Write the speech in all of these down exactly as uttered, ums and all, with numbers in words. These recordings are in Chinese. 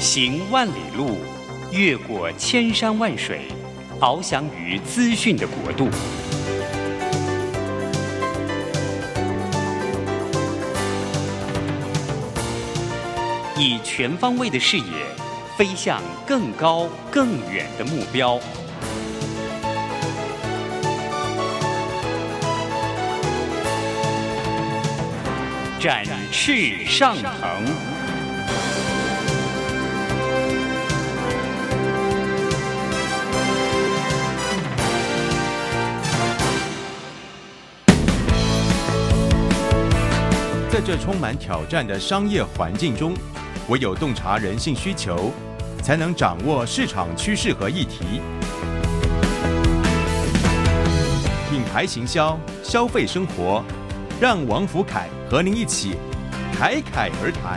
行万里路，越过千山万水，翱翔于资讯的国度。以全方位的视野，飞向更高更远的目标。展翅上腾。 在这充满挑战的商业环境中，唯有洞察人性需求，才能掌握市场趋势和议题。品牌行销，消费生活，让王福凯和您一起侃侃而谈。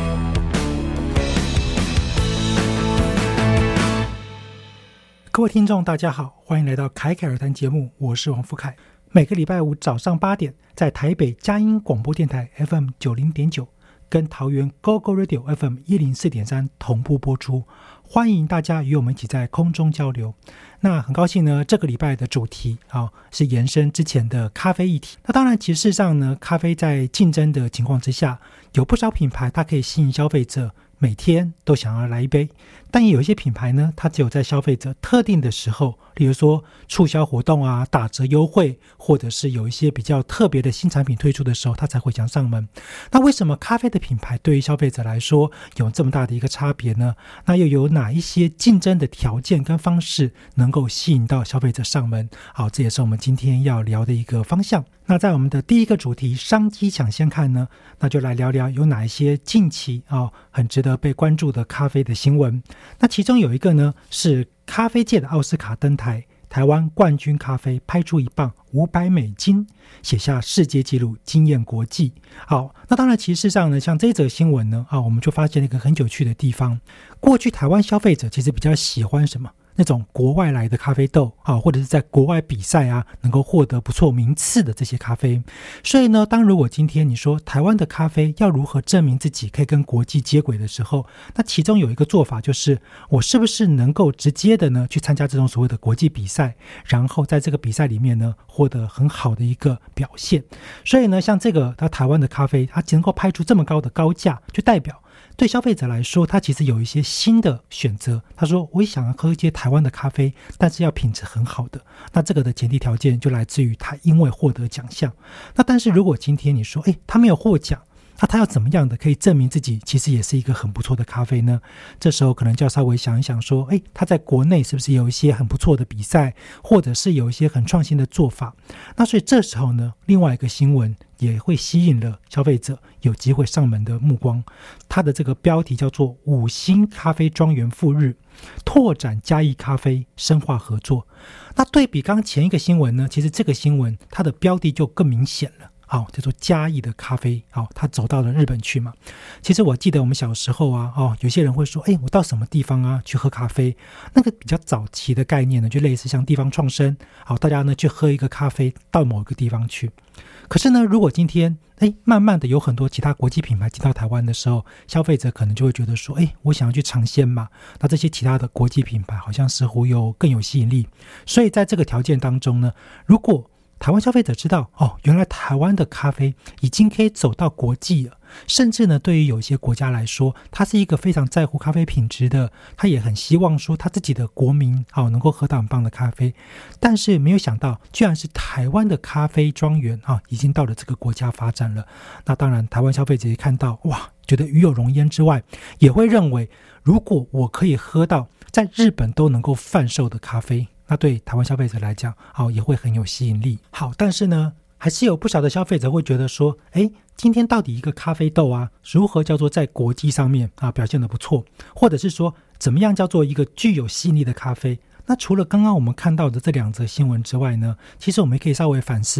各位听众大家好，欢迎来到侃侃而谈节目，我是王福凯。每个礼拜五早上八点，在台北佳音广播电台 F M 九十点九，跟桃园 Go Go Radio F M 一零四点三同步播出。欢迎大家与我们一起在空中交流。那很高兴呢，这个礼拜的主题、哦、是延伸之前的咖啡议题。那当然，其实事实上呢，咖啡在竞争的情况之下，有不少品牌它可以吸引消费者每天都想要来一杯，但也有一些品牌呢，它只有在消费者特定的时候，例如说促销活动啊、打折优惠，或者是有一些比较特别的新产品推出的时候，它才会想上门。那为什么咖啡的品牌对于消费者来说有这么大的一个差别呢？那又有哪一些竞争的条件跟方式能够吸引到消费者上门？好，这也是我们今天要聊的一个方向。那在我们的第一个主题商机抢先看呢，那就来聊聊有哪一些近期、哦、很值得被关注的咖啡的新闻。那其中有一个呢，是咖啡界的奥斯卡登台，台湾冠军咖啡拍出一磅五百美金，写下世界纪录，惊艳国际。好，那当然其实上呢，像这则新闻呢、啊、我们就发现了一个很有趣的地方。过去台湾消费者其实比较喜欢什么？那种国外来的咖啡豆啊，或者是在国外比赛啊能够获得不错名次的这些咖啡。所以呢，当如果今天你说台湾的咖啡要如何证明自己可以跟国际接轨的时候，那其中有一个做法就是我是不是能够直接的呢去参加这种所谓的国际比赛，然后在这个比赛里面呢获得很好的一个表现。所以呢，像这个它台湾的咖啡，它能够拍出这么高的高价，就代表对消费者来说，他其实有一些新的选择。他说我也想要喝一些台湾的咖啡，但是要品质很好的。那这个的前提条件就来自于他因为获得奖项。那但是如果今天你说诶他没有获奖，那他要怎么样的可以证明自己其实也是一个很不错的咖啡呢？这时候可能就要稍微想一想说，诶他在国内是不是有一些很不错的比赛，或者是有一些很创新的做法。那所以这时候呢，另外一个新闻也会吸引了消费者有机会上门的目光。它的这个标题叫做五星咖啡庄园赴日，拓展嘉义咖啡，深化合作。那对比刚前一个新闻呢，其实这个新闻它的标的就更明显了。哦、叫做嘉义的咖啡、哦、他走到了日本去嘛。其实我记得我们小时候啊、哦、有些人会说，诶我到什么地方啊去喝咖啡，那个比较早期的概念呢，就类似像地方创生、哦、大家呢去喝一个咖啡到某个地方去。可是呢，如果今天诶慢慢的有很多其他国际品牌进到台湾的时候，消费者可能就会觉得说，诶我想要去尝鲜嘛，那这些其他的国际品牌好像似乎有更有吸引力。所以在这个条件当中呢，如果台湾消费者知道哦，原来台湾的咖啡已经可以走到国际了，甚至呢，对于有些国家来说，他是一个非常在乎咖啡品质的，他也很希望说他自己的国民、哦、能够喝到很棒的咖啡。但是没有想到，居然是台湾的咖啡庄园、哦、已经到了这个国家发展了。那当然，台湾消费者一看到，哇，觉得与有荣焉之外，也会认为，如果我可以喝到在日本都能够贩售的咖啡，那对台湾消费者来讲、哦、也会很有吸引力。好，但是呢，还是有不少的消费者会觉得说，诶今天到底一个咖啡豆啊，如何叫做在国际上面啊表现得不错，或者是说怎么样叫做一个具有吸引力的咖啡？那除了刚刚我们看到的这两则新闻之外呢，其实我们可以稍微反思，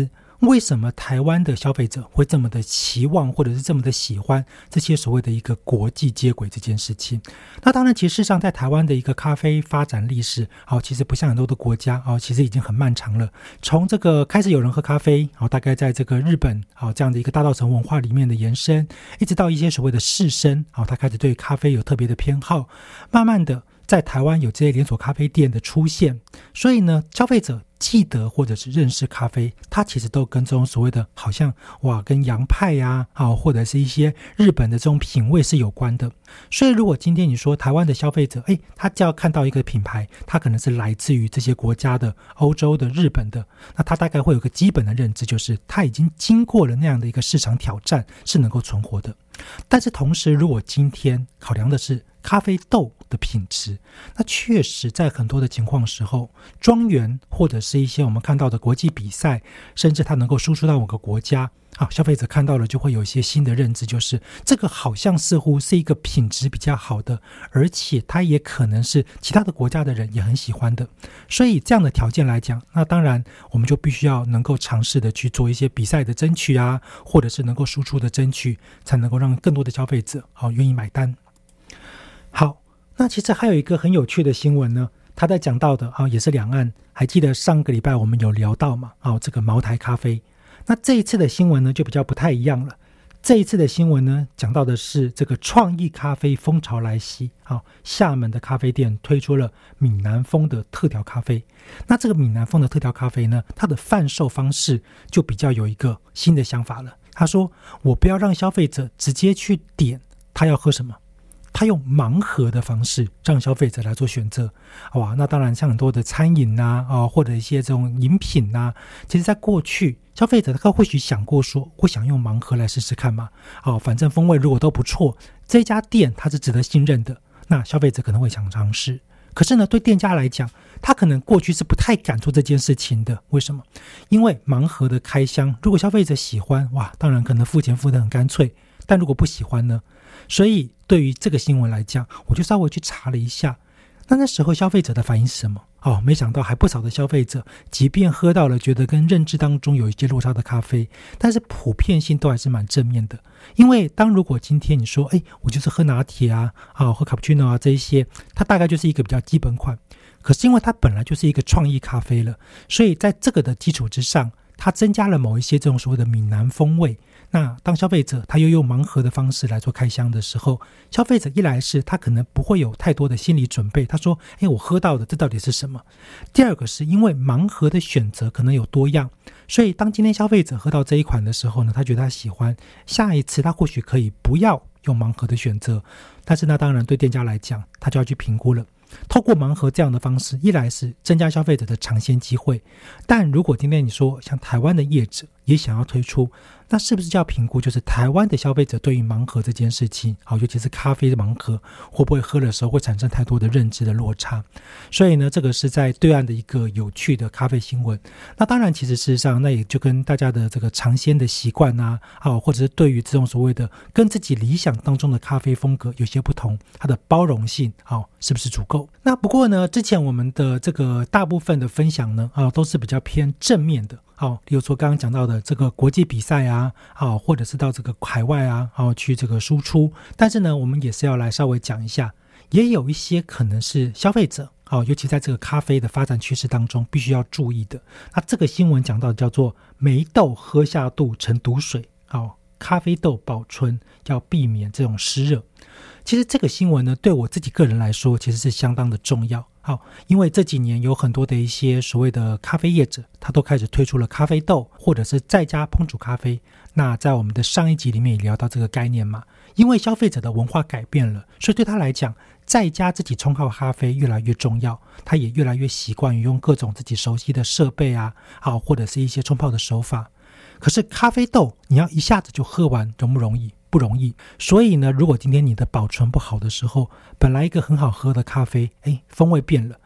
为什么台湾的消费者会这么的期望或者是这么的喜欢这些所谓的一个国际接轨这件事情。那当然其实事实上在台湾的一个咖啡发展历史、哦、其实不像很多的国家、哦、其实已经很漫长了。从这个开始有人喝咖啡、哦、大概在这个日本、哦、这样的一个大稻埕文化里面的延伸，一直到一些所谓的士绅、哦、他开始对咖啡有特别的偏好，慢慢的在台湾有这些连锁咖啡店的出现，所以呢消费者记得或者是认识咖啡，它其实都跟这种所谓的好像哇跟洋派呀、啊、或者是一些日本的这种品味是有关的。所以如果今天你说台湾的消费者诶他只要看到一个品牌，它可能是来自于这些国家的，欧洲的、日本的，那他大概会有个基本的认知，就是它已经经过了那样的一个市场挑战，是能够存活的。但是同时如果今天考量的是咖啡豆的品质，那确实在很多的情况时候，庄园或者是一些我们看到的国际比赛，甚至它能够输出到某个国家、啊、消费者看到了就会有一些新的认知，就是这个好像似乎是一个品质比较好的，而且它也可能是其他的国家的人也很喜欢的。所以这样的条件来讲，那当然我们就必须要能够尝试的去做一些比赛的争取啊，或者是能够输出的争取，才能够让更多的消费者、啊、愿意买单。好，那其实还有一个很有趣的新闻呢，他在讲到的、啊、也是两岸，还记得上个礼拜我们有聊到嘛、啊、这个茅台咖啡。那这一次的新闻呢就比较不太一样了，这一次的新闻呢讲到的是这个创意咖啡风潮来袭、啊、厦门的咖啡店推出了闽南风的特调咖啡。那这个闽南风的特调咖啡呢，它的贩售方式就比较有一个新的想法了。他说我不要让消费者直接去点他要喝什么，他用盲盒的方式让消费者来做选择。哇，那当然像很多的餐饮啊、哦、或者一些这种饮品啊，其实在过去消费者他或许想过说我想用盲盒来试试看嘛、哦、反正风味如果都不错，这家店它是值得信任的，那消费者可能会想尝试。可是呢对店家来讲，他可能过去是不太敢做这件事情的。为什么？因为盲盒的开箱，如果消费者喜欢，哇，当然可能付钱付得很干脆，但如果不喜欢呢？所以对于这个新闻来讲，我就稍微去查了一下，那那时候消费者的反应是什么？哦，没想到还不少的消费者即便喝到了觉得跟认知当中有一些落差的咖啡，但是普遍性都还是蛮正面的。因为当如果今天你说诶我就是喝拿铁啊、啊喝卡布奇诺啊这一些，它大概就是一个比较基本款，可是因为它本来就是一个创意咖啡了，所以在这个的基础之上，它增加了某一些这种所谓的闽南风味。那当消费者他又用盲盒的方式来做开箱的时候，消费者一来是他可能不会有太多的心理准备，他说诶我喝到的这到底是什么。第二个是因为盲盒的选择可能有多样，所以当今天消费者喝到这一款的时候呢，他觉得他喜欢，下一次他或许可以不要用盲盒的选择。但是那当然对店家来讲，他就要去评估了，透过盲盒这样的方式，一来是增加消费者的尝鲜机会，但如果今天你说像台湾的业者也想要推出，那是不是就要评估就是台湾的消费者对于盲盒这件事情，好，尤其是咖啡的盲盒会不会喝的时候会产生太多的认知的落差。所以呢这个是在对岸的一个有趣的咖啡新闻。那当然其实事实上那也就跟大家的这个尝鲜的习惯啊，好，或者是对于这种所谓的跟自己理想当中的咖啡风格有些不同，它的包容性好是不是足够。那不过呢之前我们的这个大部分的分享呢、啊、都是比较偏正面的，好，例如说刚刚讲到的这个国际比赛啊，好，或者是到这个海外啊，好，去这个输出。但是呢我们也是要来稍微讲一下，也有一些可能是消费者，好，尤其在这个咖啡的发展趋势当中必须要注意的。那这个新闻讲到的叫做梅豆喝下肚成毒水，好，咖啡豆保存要避免这种湿热。其实这个新闻呢对我自己个人来说其实是相当的重要。好，因为这几年有很多的一些所谓的咖啡业者，他都开始推出了咖啡豆或者是在家烹煮咖啡。那在我们的上一集里面也聊到这个概念嘛，因为消费者的文化改变了，所以对他来讲在家自己冲泡咖啡越来越重要，他也越来越习惯于用各种自己熟悉的设备啊，好，或者是一些冲泡的手法。可是咖啡豆你要一下子就喝完容不容易？不容易。所以呢如果今天你的保存不好的时候，本来一个很好喝的咖啡，诶风味变了，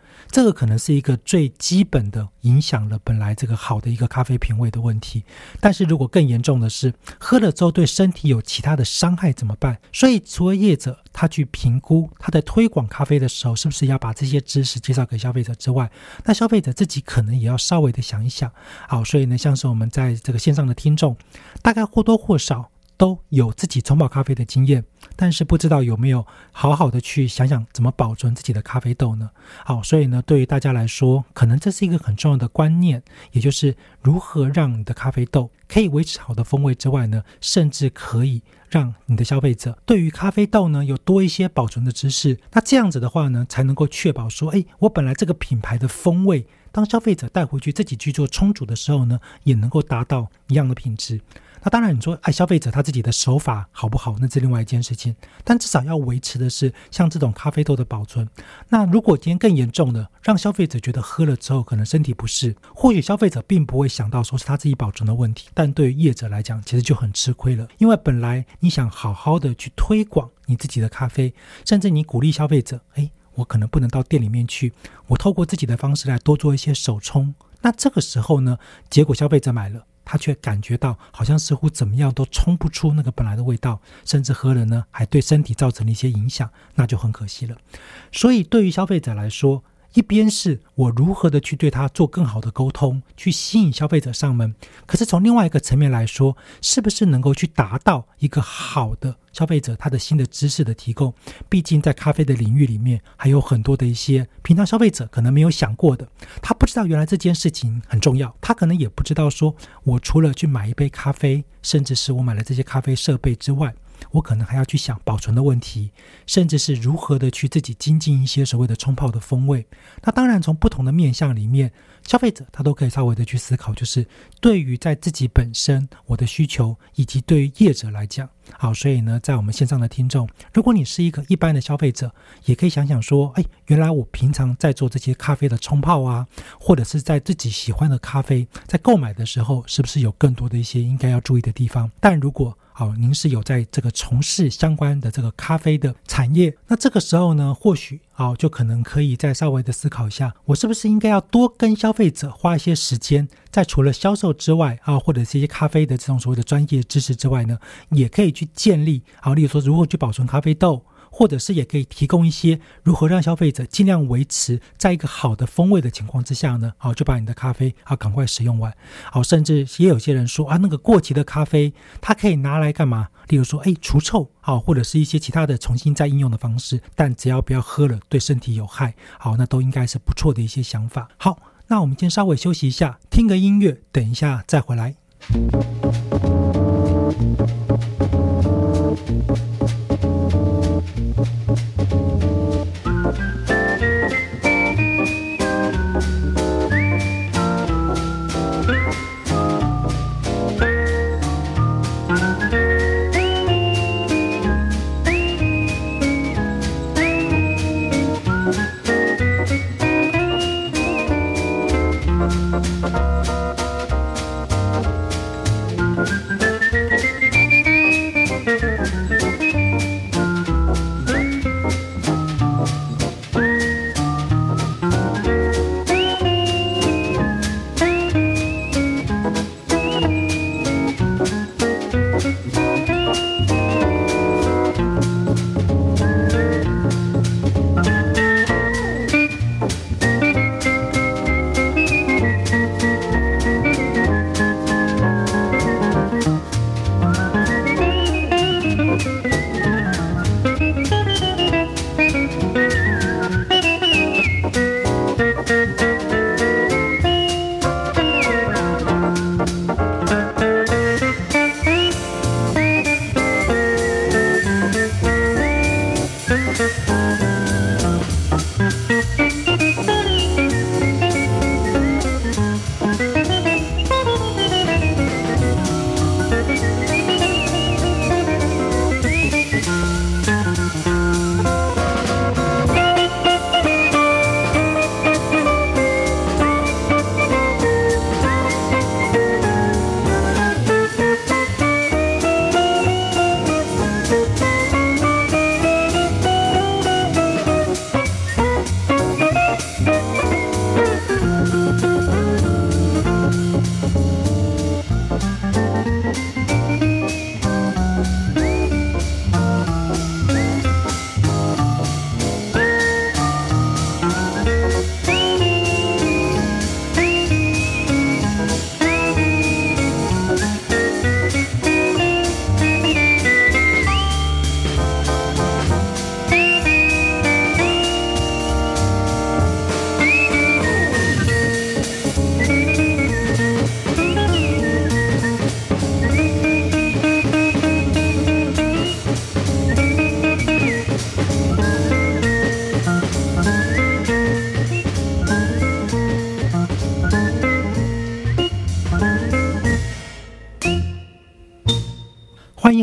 这个可能是一个最基本的影响了本来这个好的一个咖啡品味的问题。但是如果更严重的是喝了之后对身体有其他的伤害怎么办？所以除了业者他去评估他在推广咖啡的时候是不是要把这些知识介绍给消费者之外，那消费者自己可能也要稍微的想一想。好，所以呢，像是我们在这个线上的听众，大概或多或少都有自己冲泡咖啡的经验，但是不知道有没有好好的去想想怎么保存自己的咖啡豆呢？好，所以呢，对于大家来说，可能这是一个很重要的观念，也就是如何让你的咖啡豆可以维持好的风味之外呢，甚至可以让你的消费者对于咖啡豆呢有多一些保存的知识。那这样子的话呢，才能够确保说，哎，我本来这个品牌的风味，当消费者带回去自己去做冲煮的时候呢，也能够达到一样的品质。那当然你说哎，消费者他自己的手法好不好，那是另外一件事情，但至少要维持的是像这种咖啡豆的保存。那如果今天更严重的，让消费者觉得喝了之后可能身体不适，或许消费者并不会想到说是他自己保存的问题，但对于业者来讲其实就很吃亏了。因为本来你想好好的去推广你自己的咖啡，甚至你鼓励消费者，哎，我可能不能到店里面去，我透过自己的方式来多做一些手冲，那这个时候呢，结果消费者买了，他却感觉到好像似乎怎么样都冲不出那个本来的味道，甚至喝了呢还对身体造成了一些影响，那就很可惜了。所以对于消费者来说，一边是我如何的去对他做更好的沟通，去吸引消费者上门，可是从另外一个层面来说，是不是能够去达到一个好的消费者他的新的知识的提供？毕竟在咖啡的领域里面还有很多的一些平常消费者可能没有想过的，他不知道原来这件事情很重要，他可能也不知道说我除了去买一杯咖啡，甚至是我买了这些咖啡设备之外，我可能还要去想保存的问题，甚至是如何的去自己精进一些所谓的冲泡的风味。那当然从不同的面向里面，消费者他都可以稍微的去思考，就是对于在自己本身我的需求，以及对于业者来讲。好，所以呢，在我们线上的听众，如果你是一个一般的消费者，也可以想想说，哎，原来我平常在做这些咖啡的冲泡啊，或者是在自己喜欢的咖啡在购买的时候，是不是有更多的一些应该要注意的地方？但如果好，您是有在这个从事相关的这个咖啡的产业，那这个时候呢，或许好就可能可以再稍微的思考一下，我是不是应该要多跟消费者花一些时间，在除了销售之外啊，或者是一些咖啡的这种所谓的专业知识之外呢，也可以去建立好，例如说如何去保存咖啡豆，或者是也可以提供一些如何让消费者尽量维持在一个好的风味的情况之下呢，好，就把你的咖啡啊赶快使用完。好，甚至也有些人说啊，那个过期的咖啡它可以拿来干嘛？例如说哎除臭，好，或者是一些其他的重新再应用的方式，但只要不要喝了对身体有害，好，那都应该是不错的一些想法。好，那我们先稍微休息一下，听个音乐，等一下再回来。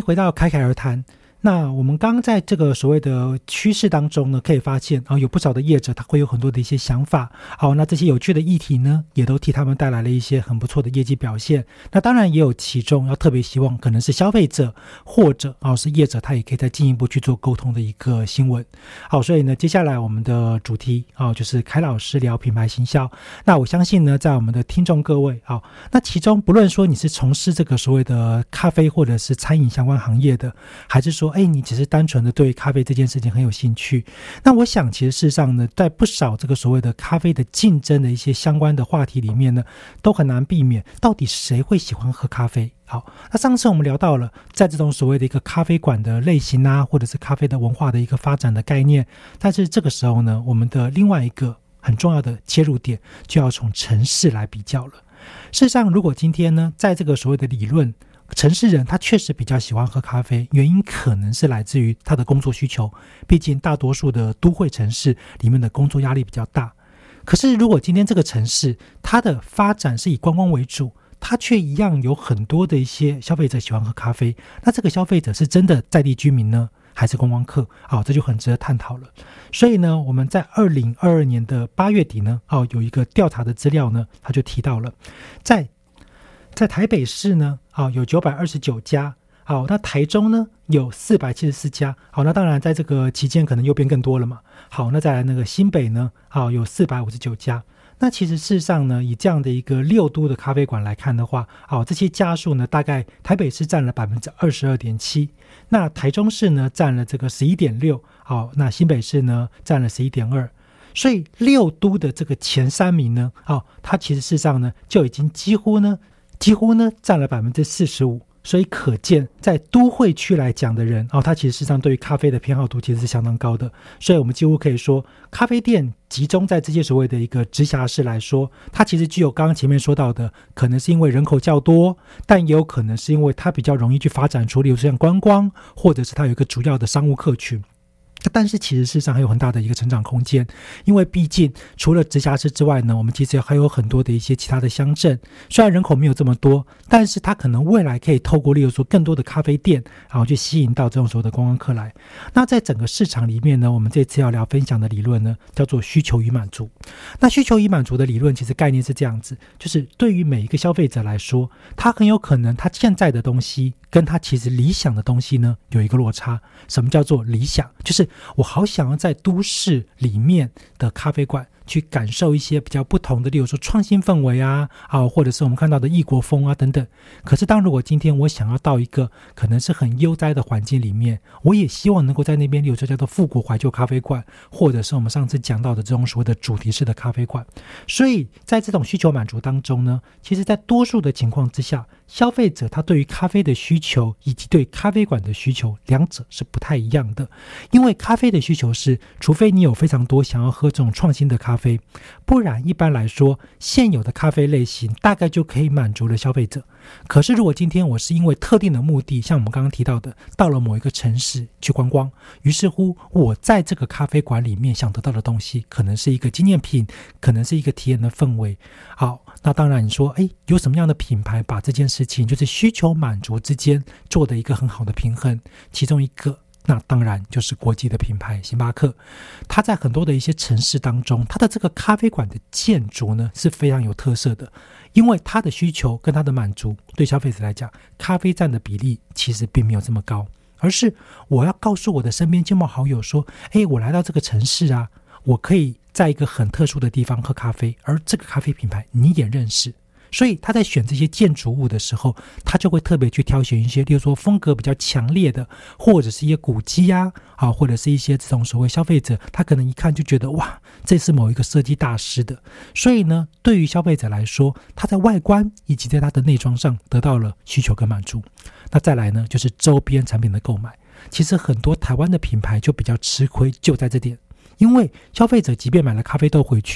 回到侃侃而谈。那我们刚刚在这个所谓的趋势当中呢，可以发现啊，有不少的业者他会有很多的一些想法。好，那这些有趣的议题呢，也都替他们带来了一些很不错的业绩表现。那当然也有其中要特别希望可能是消费者或者啊是业者，他也可以再进一步去做沟通的一个新闻。好，所以呢，接下来我们的主题啊就是凯老师聊品牌行销。那我相信呢，在我们的听众各位啊，那其中不论说你是从事这个所谓的咖啡或者是餐饮相关行业的，还是说哎，你只是单纯的对咖啡这件事情很有兴趣，那我想其实事实上呢，在不少这个所谓的咖啡的竞争的一些相关的话题里面呢，都很难避免到底谁会喜欢喝咖啡。好，那上次我们聊到了在这种所谓的一个咖啡馆的类型啊，或者是咖啡的文化的一个发展的概念，但是这个时候呢，我们的另外一个很重要的切入点就要从城市来比较了。事实上，如果今天呢，在这个所谓的理论，城市人他确实比较喜欢喝咖啡，原因可能是来自于他的工作需求，毕竟大多数的都会城市里面的工作压力比较大。可是如果今天这个城市它的发展是以观光为主，它却一样有很多的一些消费者喜欢喝咖啡，那这个消费者是真的在地居民呢，还是观光客？哦，这就很值得探讨了。所以呢，我们在二零二二年的八月底呢，哦，有一个调查的资料呢，他就提到了，在在台北市呢，哦，有九百二十九家，好，那台中呢有四百七十四家，好，那当然在这个期间可能又变更多了嘛。好，那再来那个新北呢，好，有四百五十九家。那其实事实上呢，以这样的一个六都的咖啡馆来看的话，好，这些家数呢，大概台北市占了 百分之二十二点七， 那台中市呢占了这个 十一点六， 好，那新北市呢占了 十一点二。所以六都的这个前三名呢，哦，它其实事实上呢就已经几乎呢几乎呢占了 百分之四十五， 所以可见在都会区来讲的人，哦，他其实事实上对于咖啡的偏好度其实是相当高的。所以我们几乎可以说，咖啡店集中在这些所谓的一个直辖市来说，它其实具有刚刚前面说到的，可能是因为人口较多，但也有可能是因为它比较容易去发展出例如像观光，或者是它有一个主要的商务客群。但是其实事实上还有很大的一个成长空间，因为毕竟除了直辖市之外呢，我们其实还有很多的一些其他的乡镇，虽然人口没有这么多，但是它可能未来可以透过例如说更多的咖啡店，然后去吸引到这种所谓的观光客来。那在整个市场里面呢，我们这次要聊分享的理论呢，叫做需求与满足。那需求与满足的理论其实概念是这样子，就是对于每一个消费者来说，他很有可能他现在的东西跟他其实理想的东西呢有一个落差。什么叫做理想？就是我好想要在都市里面的咖啡馆去感受一些比较不同的，例如说创新氛围啊，啊，或者是我们看到的异国风啊等等。可是当如果今天我想要到一个可能是很悠哉的环境里面，我也希望能够在那边，例如说叫做复古怀旧咖啡馆，或者是我们上次讲到的这种所谓的主题式的咖啡馆。所以在这种需求满足当中呢，其实在多数的情况之下，消费者他对于咖啡的需求以及对咖啡馆的需求两者是不太一样的。因为咖啡的需求是，除非你有非常多想要喝这种创新的咖啡，不然一般来说现有的咖啡类型大概就可以满足了消费者。可是如果今天我是因为特定的目的，像我们刚刚提到的到了某一个城市去观光，于是乎我在这个咖啡馆里面想得到的东西可能是一个纪念品，可能是一个体验的氛围。好，那当然你说诶有什么样的品牌把这件事情就是需求满足之间做的一个很好的平衡，其中一个那当然就是国际的品牌星巴克。它在很多的一些城市当中，它的这个咖啡馆的建筑呢是非常有特色的，因为它的需求跟它的满足对消费者来讲，咖啡占的比例其实并没有这么高，而是我要告诉我的身边亲朋好友说，诶我来到这个城市啊，我可以在一个很特殊的地方喝咖啡，而这个咖啡品牌你也认识。所以他在选这些建筑物的时候，他就会特别去挑选一些例如说风格比较强烈的，或者是一些古迹啊，啊或者是一些这种所谓消费者他可能一看就觉得哇这是某一个设计大师的。所以呢对于消费者来说，他在外观以及在他的内装上得到了需求跟满足。那再来呢就是周边产品的购买，其实很多台湾的品牌就比较吃亏，就在这点。因为消费者即便买了咖啡豆回去，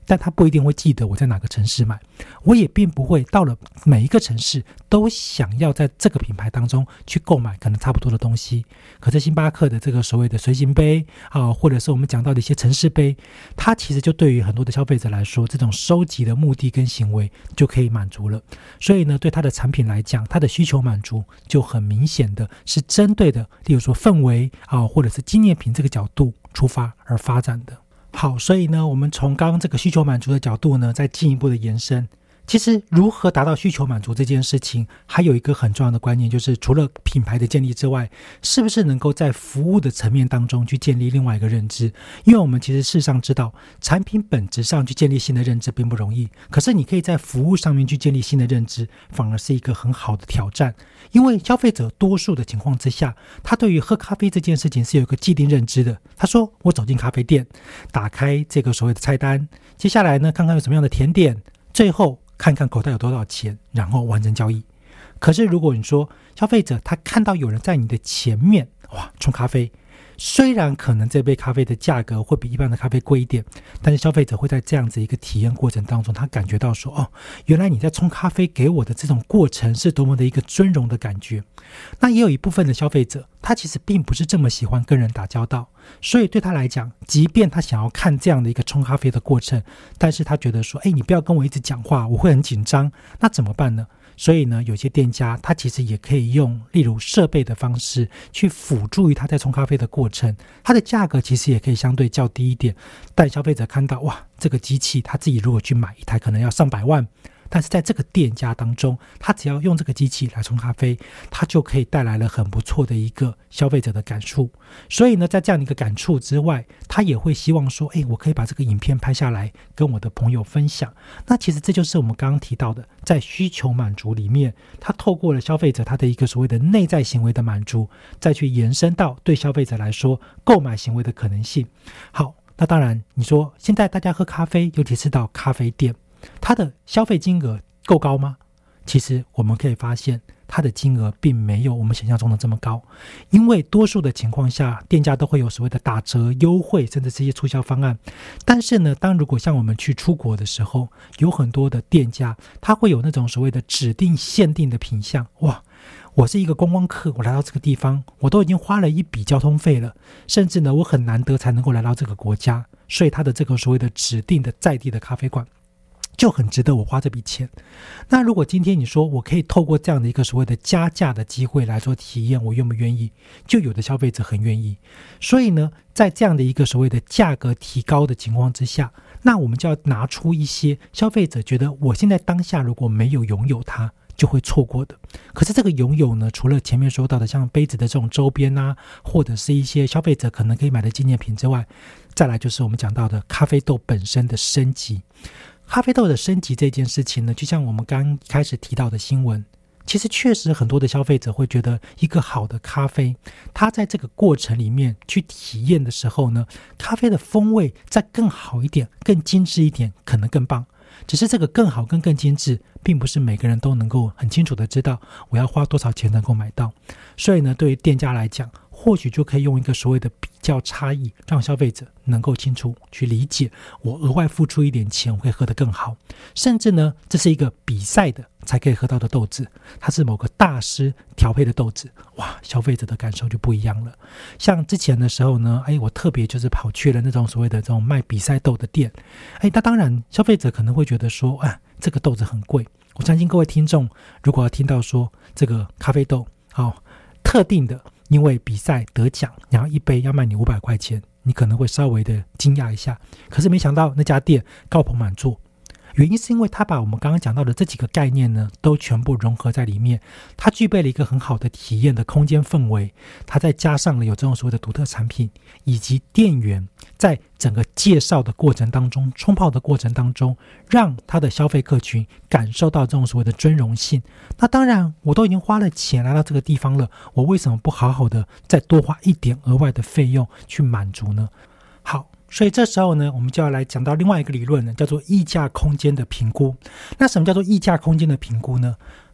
但他不一定会记得我在哪个城市买，我也并不会到了每一个城市都想要在这个品牌当中去购买可能差不多的东西。可是星巴克的这个所谓的随行杯啊，或者是我们讲到的一些城市杯，它其实就对于很多的消费者来说，这种收集的目的跟行为就可以满足了。所以呢，对它的产品来讲，它的需求满足就很明显的是针对的，例如说氛围啊，或者是纪念品这个角度出发而发展的。好，所以呢，我们从刚刚这个需求满足的角度呢，再进一步的延伸。其实如何达到需求满足这件事情，还有一个很重要的观念，就是除了品牌的建立之外，是不是能够在服务的层面当中去建立另外一个认知。因为我们其实事实上知道，产品本质上去建立新的认知并不容易，可是你可以在服务上面去建立新的认知，反而是一个很好的挑战。因为消费者多数的情况之下，他对于喝咖啡这件事情是有一个既定认知的。他说，我走进咖啡店，打开这个所谓的菜单，接下来呢，看看有什么样的甜点，最后看看口袋有多少钱，然后完成交易。可是如果你说消费者他看到有人在你的前面哇冲咖啡，虽然可能这杯咖啡的价格会比一般的咖啡贵一点，但是消费者会在这样子一个体验过程当中，他感觉到说，哦，原来你在冲咖啡给我的这种过程是多么的一个尊荣的感觉。那也有一部分的消费者，他其实并不是这么喜欢跟人打交道，所以对他来讲，即便他想要看这样的一个冲咖啡的过程，但是他觉得说，哎，你不要跟我一直讲话，我会很紧张，那怎么办呢？所以呢，有些店家他其实也可以用例如设备的方式去辅助于他在冲咖啡的过程，它的价格其实也可以相对较低一点，但消费者看到哇，这个机器他自己如果去买一台可能要上百万，但是在这个店家当中，他只要用这个机器来冲咖啡，他就可以带来了很不错的一个消费者的感触。所以呢，在这样的一个感触之外，他也会希望说，哎，我可以把这个影片拍下来跟我的朋友分享。那其实这就是我们刚刚提到的，在需求满足里面，他透过了消费者他的一个所谓的内在行为的满足，再去延伸到对消费者来说购买行为的可能性。好，那当然你说现在大家喝咖啡，尤其是到咖啡店，它的消费金额够高吗？其实我们可以发现，它的金额并没有我们想象中的这么高。因为多数的情况下，店家都会有所谓的打折优惠，甚至是一些促销方案。但是呢，当如果像我们去出国的时候，有很多的店家，他会有那种所谓的指定限定的品项。哇，我是一个观光客，我来到这个地方，我都已经花了一笔交通费了，甚至呢，我很难得才能够来到这个国家，所以他的这个所谓的指定的在地的咖啡馆就很值得我花这笔钱。那如果今天你说我可以透过这样的一个所谓的加价的机会来做体验，我愿不愿意？就有的消费者很愿意。所以呢，在这样的一个所谓的价格提高的情况之下，那我们就要拿出一些消费者觉得我现在当下如果没有拥有它就会错过的。可是这个拥有呢，除了前面说到的像杯子的这种周边啊，或者是一些消费者可能可以买的纪念品之外，再来就是我们讲到的咖啡豆本身的升级。咖啡豆的升级这件事情呢，就像我们刚开始提到的新闻，其实确实很多的消费者会觉得一个好的咖啡，它在这个过程里面去体验的时候呢，咖啡的风味再更好一点，更精致一点，可能更棒。只是这个更好跟更精致，并不是每个人都能够很清楚的知道我要花多少钱能够买到。所以呢，对于店家来讲，或许就可以用一个所谓的比较差异，让消费者能够清楚去理解，我额外付出一点钱我会喝得更好。甚至呢，这是一个比赛的才可以喝到的豆子，它是某个大师调配的豆子，哇，消费者的感受就不一样了。像之前的时候呢，哎，我特别就是跑去了那种所谓的这种卖比赛豆的店，哎，那当然消费者可能会觉得说，啊，这个豆子很贵。我相信各位听众如果要听到说这个咖啡豆，哦，特定的因为比赛得奖，然后一杯要卖你五百块钱，你可能会稍微的惊讶一下。可是没想到那家店高朋满座，原因是因为他把我们刚刚讲到的这几个概念呢，都全部融合在里面。它具备了一个很好的体验的空间氛围，它再加上了有这种所谓的独特产品，以及店员在整个介绍的过程当中，冲泡的过程当中，让他的消费客群感受到这种所谓的尊荣性。那当然，我都已经花了钱来到这个地方了，我为什么不好好的再多花一点额外的费用去满足呢？好，所以这时候呢，我们就要来讲到另外一个理论呢，叫做溢价空间的评估。那什么叫做溢价空间的评估呢？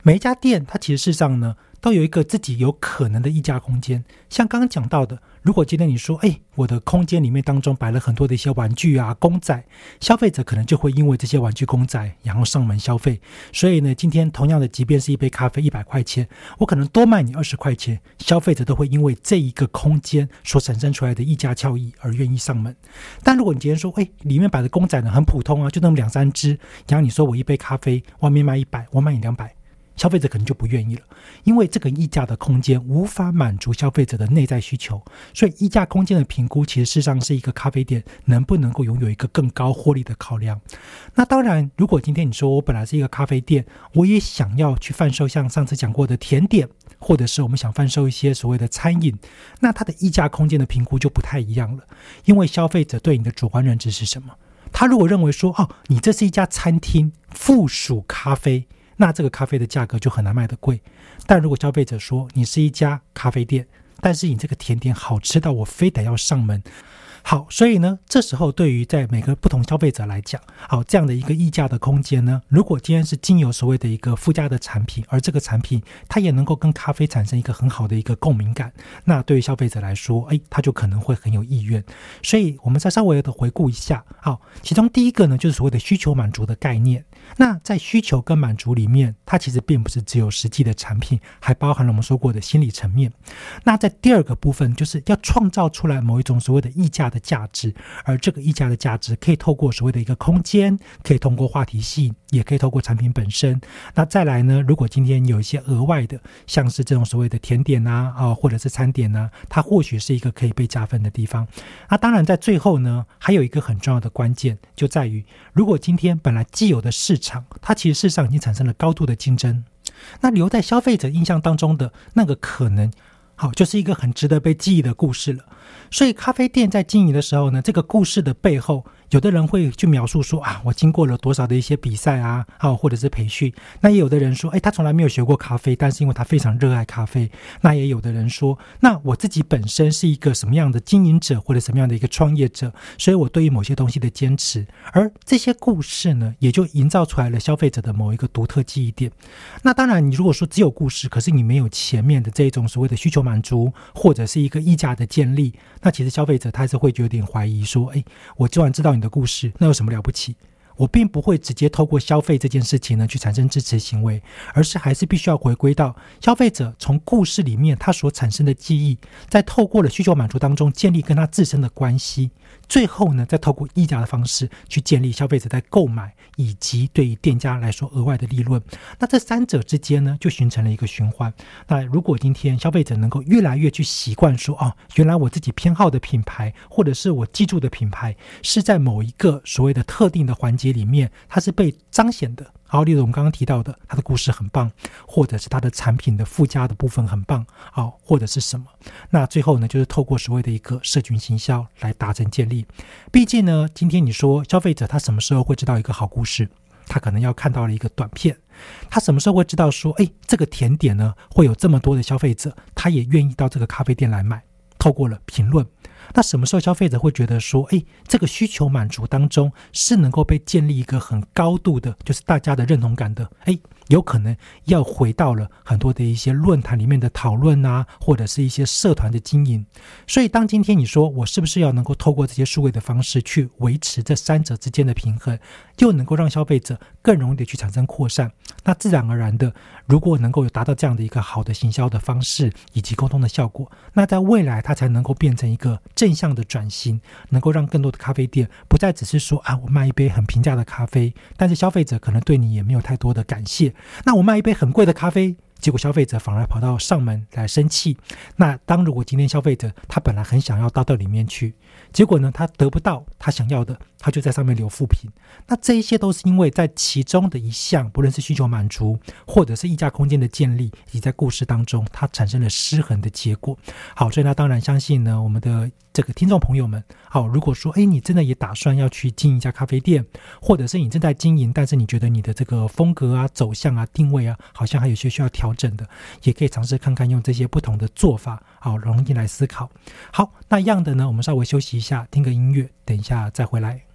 每一家店它其实事实上呢都有一个自己有可能的溢价空间。像刚刚讲到的，如果今天你说哎，我的空间里面当中摆了很多的一些玩具啊公仔，消费者可能就会因为这些玩具公仔然后上门消费。所以呢，今天同样的即便是一杯咖啡一百块钱，我可能多卖你二十块钱，消费者都会因为这一个空间所产生出来的溢价效益而愿意上门。但如果你今天说哎，里面摆的公仔呢很普通啊，就那么两三只，然后你说我一杯咖啡外面卖一百，我卖你两百，消费者可能就不愿意了，因为这个溢价的空间无法满足消费者的内在需求。所以溢价空间的评估其实事实上是一个咖啡店能不能够拥有一个更高获利的考量。那当然，如果今天你说我本来是一个咖啡店，我也想要去贩售像上次讲过的甜点，或者是我们想贩售一些所谓的餐饮，那它的溢价空间的评估就不太一样了。因为消费者对你的主观认知是什么？他如果认为说哦，你这是一家餐厅附属咖啡，那这个咖啡的价格就很难卖得贵。但如果消费者说你是一家咖啡店，但是你这个甜点好吃到我非得要上门，好，所以呢，这时候对于在每个不同消费者来讲，好，这样的一个溢价的空间呢，如果今天是经由所谓的一个附加的产品，而这个产品它也能够跟咖啡产生一个很好的一个共鸣感，那对于消费者来说，哎，他就可能会很有意愿。所以我们再稍微的回顾一下，好，其中第一个呢，就是所谓的需求满足的概念。那在需求跟满足里面，它其实并不是只有实际的产品，还包含了我们说过的心理层面。那在第二个部分，就是要创造出来某一种所谓的溢价的价值，而这个溢价的价值可以透过所谓的一个空间，可以通过话题性，也可以透过产品本身。那再来呢，如果今天有一些额外的，像是这种所谓的甜点啊，啊或者是餐点啊，它或许是一个可以被加分的地方。那当然在最后呢，还有一个很重要的关键，就在于如果今天本来既有的市场，它其实事实上已经产生了高度的竞争，那留在消费者印象当中的那个可能，好，就是一个很值得被记忆的故事了。所以咖啡店在经营的时候呢，这个故事的背后，有的人会去描述说啊，我经过了多少的一些比赛啊，啊或者是培训。那也有的人说，哎，他从来没有学过咖啡，但是因为他非常热爱咖啡。那也有的人说，那我自己本身是一个什么样的经营者，或者什么样的一个创业者，所以我对于某些东西的坚持。而这些故事呢，也就营造出来了消费者的某一个独特记忆点。那当然，你如果说只有故事，可是你没有前面的这种所谓的需求满足，或者是一个溢价的建立，那其实消费者他还是会有点怀疑说，哎，我就算知道你的故事，那有什么了不起？我并不会直接透过消费这件事情呢去产生支持行为，而是还是必须要回归到消费者从故事里面他所产生的记忆，再透过了需求满足当中建立跟他自身的关系，最后呢再透过溢价的方式去建立消费者在购买以及对于店家来说额外的利润。那这三者之间呢就形成了一个循环。那如果今天消费者能够越来越去习惯说，哦，原来我自己偏好的品牌或者是我记住的品牌是在某一个所谓的特定的环节里面它是被彰显的，好，例如我们刚刚提到的它的故事很棒，或者是它的产品的附加的部分很棒，好，或者是什么，那最后呢就是透过所谓的一个社群行销来达成建立。毕竟呢今天你说消费者他什么时候会知道一个好故事，他可能要看到了一个短片，他什么时候会知道说，哎，这个甜点呢会有这么多的消费者他也愿意到这个咖啡店来买，透过了评论。那什么时候消费者会觉得说，哎，这个需求满足当中是能够被建立一个很高度的，就是大家的认同感的，哎，有可能要回到了很多的一些论坛里面的讨论啊，或者是一些社团的经营。所以当今天你说我是不是要能够透过这些数位的方式去维持这三者之间的平衡，又能够让消费者更容易的去产生扩散，那自然而然的，如果能够有达到这样的一个好的行销的方式以及沟通的效果，那在未来它才能够变成一个正向的转型，能够让更多的咖啡店不再只是说啊，我卖一杯很平价的咖啡，但是消费者可能对你也没有太多的感谢。那我卖一杯很贵的咖啡，结果消费者反而跑到上门来生气。那当如果今天消费者他本来很想要到这里面去，结果呢他得不到他想要的，他就在上面留负评。那这一些都是因为在其中的一项，不论是需求满足或者是溢价空间的建立，以及在故事当中它产生了失衡的结果。好，所以呢当然相信呢我们的这个听众朋友们，好，如果说哎你真的也打算要去经营一家咖啡店，或者是你正在经营，但是你觉得你的这个风格啊走向啊定位啊好像还有些需要调整的，也可以尝试看看用这些不同的做法，好，容易来思考。好，那样的呢我们稍微休息一下，听个音乐，等一下再回来。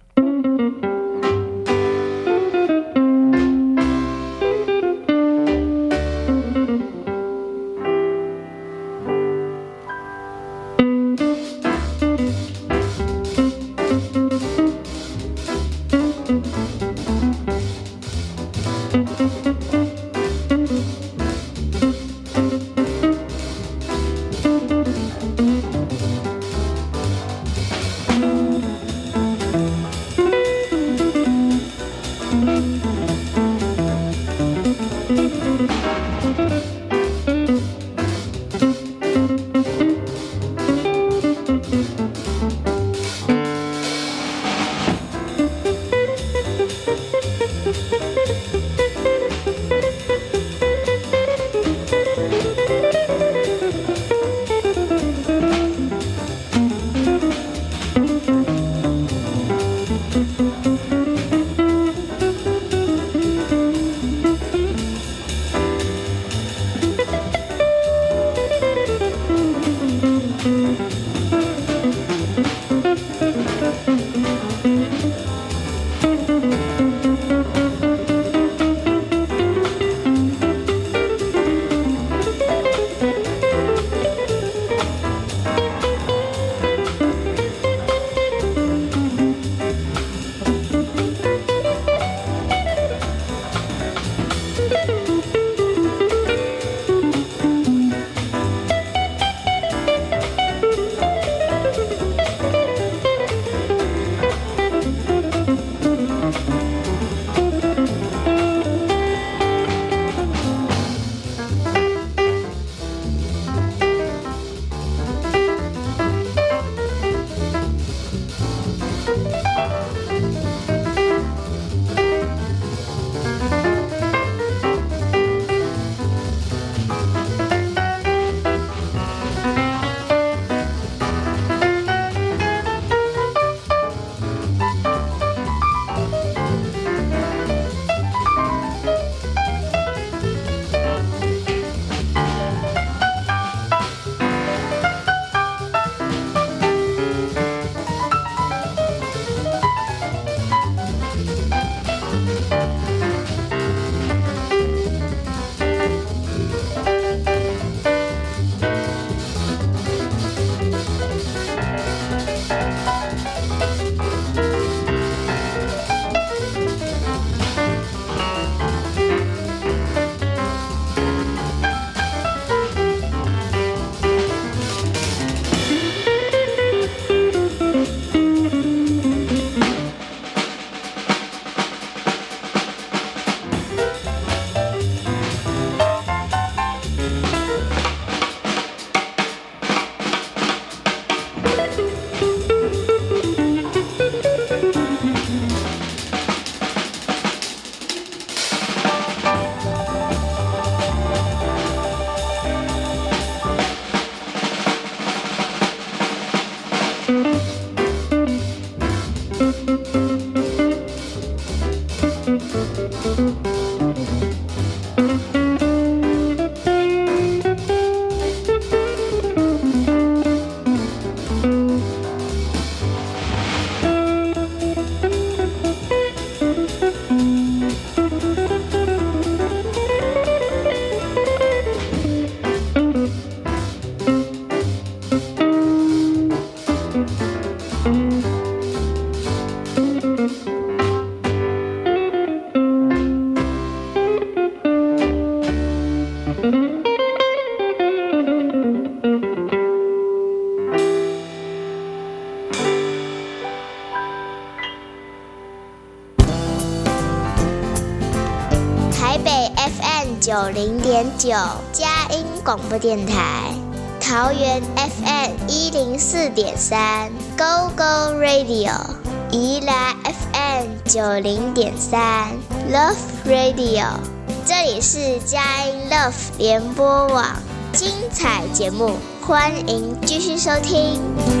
九零点九佳音广播电台，桃园 F M 一零四点三 Go Go Radio， 宜兰 F M 九零点三 Love Radio， 这里是佳音 Love 联播网，精彩节目，欢迎继续收听。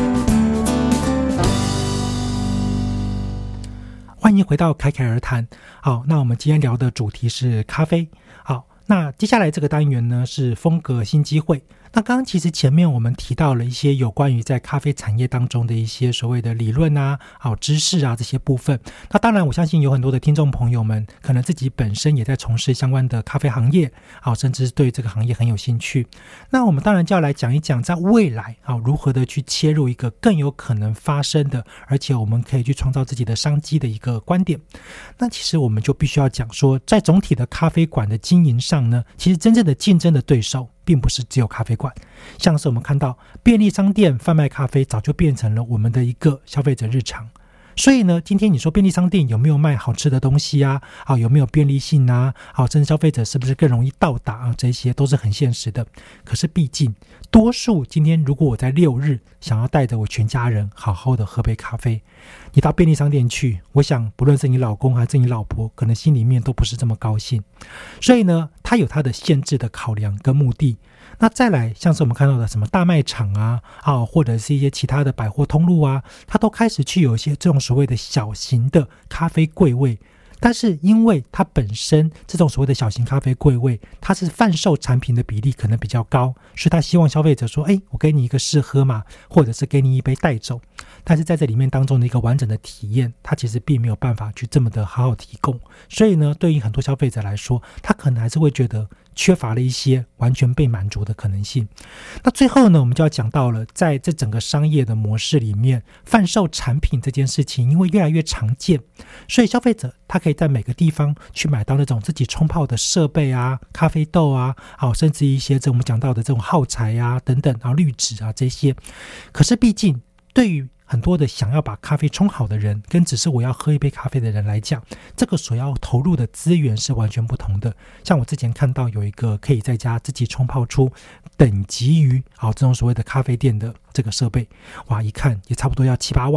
欢迎回到侃侃而谈。好，那我们今天聊的主题是咖啡。好，那接下来这个单元呢是风格新机会。那刚刚其实前面我们提到了一些有关于在咖啡产业当中的一些所谓的理论啊、好知识啊这些部分。那当然我相信有很多的听众朋友们可能自己本身也在从事相关的咖啡行业，好，甚至对这个行业很有兴趣。那我们当然就要来讲一讲在未来好如何的去切入一个更有可能发生的，而且我们可以去创造自己的商机的一个观点。那其实我们就必须要讲说，在总体的咖啡馆的经营上呢，其实真正的竞争的对手并不是只有咖啡馆，像是我们看到便利商店贩卖咖啡早就变成了我们的一个消费者日常。所以呢，今天你说便利商店有没有卖好吃的东西啊？啊，有没有便利性啊？啊，甚至消费者是不是更容易到达啊？这些都是很现实的。可是毕竟，多数今天如果我在六日想要带着我全家人好好的喝杯咖啡，你到便利商店去，我想不论是你老公还是你老婆，可能心里面都不是这么高兴。所以呢，它有它的限制的考量跟目的。那再来像是我们看到的什么大卖场啊，啊或者是一些其他的百货通路啊，它都开始去有一些这种所谓的小型的咖啡柜位。但是因为它本身这种所谓的小型咖啡柜位，它是贩售产品的比例可能比较高，所以他希望消费者说，哎，我给你一个试喝嘛，或者是给你一杯带走。但是在这里面当中的一个完整的体验，它其实并没有办法去这么的好好提供。所以呢，对于很多消费者来说，他可能还是会觉得缺乏了一些完全被满足的可能性。那最后呢，我们就要讲到了，在这整个商业的模式里面，贩售产品这件事情因为越来越常见，所以消费者他可以在每个地方去买到那种自己冲泡的设备啊、咖啡豆啊，好，甚至一些这我们讲到的这种耗材啊等等啊、滤纸啊这些。可是毕竟对于很多的想要把咖啡冲好的人，跟只是我要喝一杯咖啡的人来讲，这个所要投入的资源是完全不同的。像我之前看到有一个可以在家自己冲泡出等级于好这种所谓的咖啡店的这个设备，哇，一看也差不多要七八万。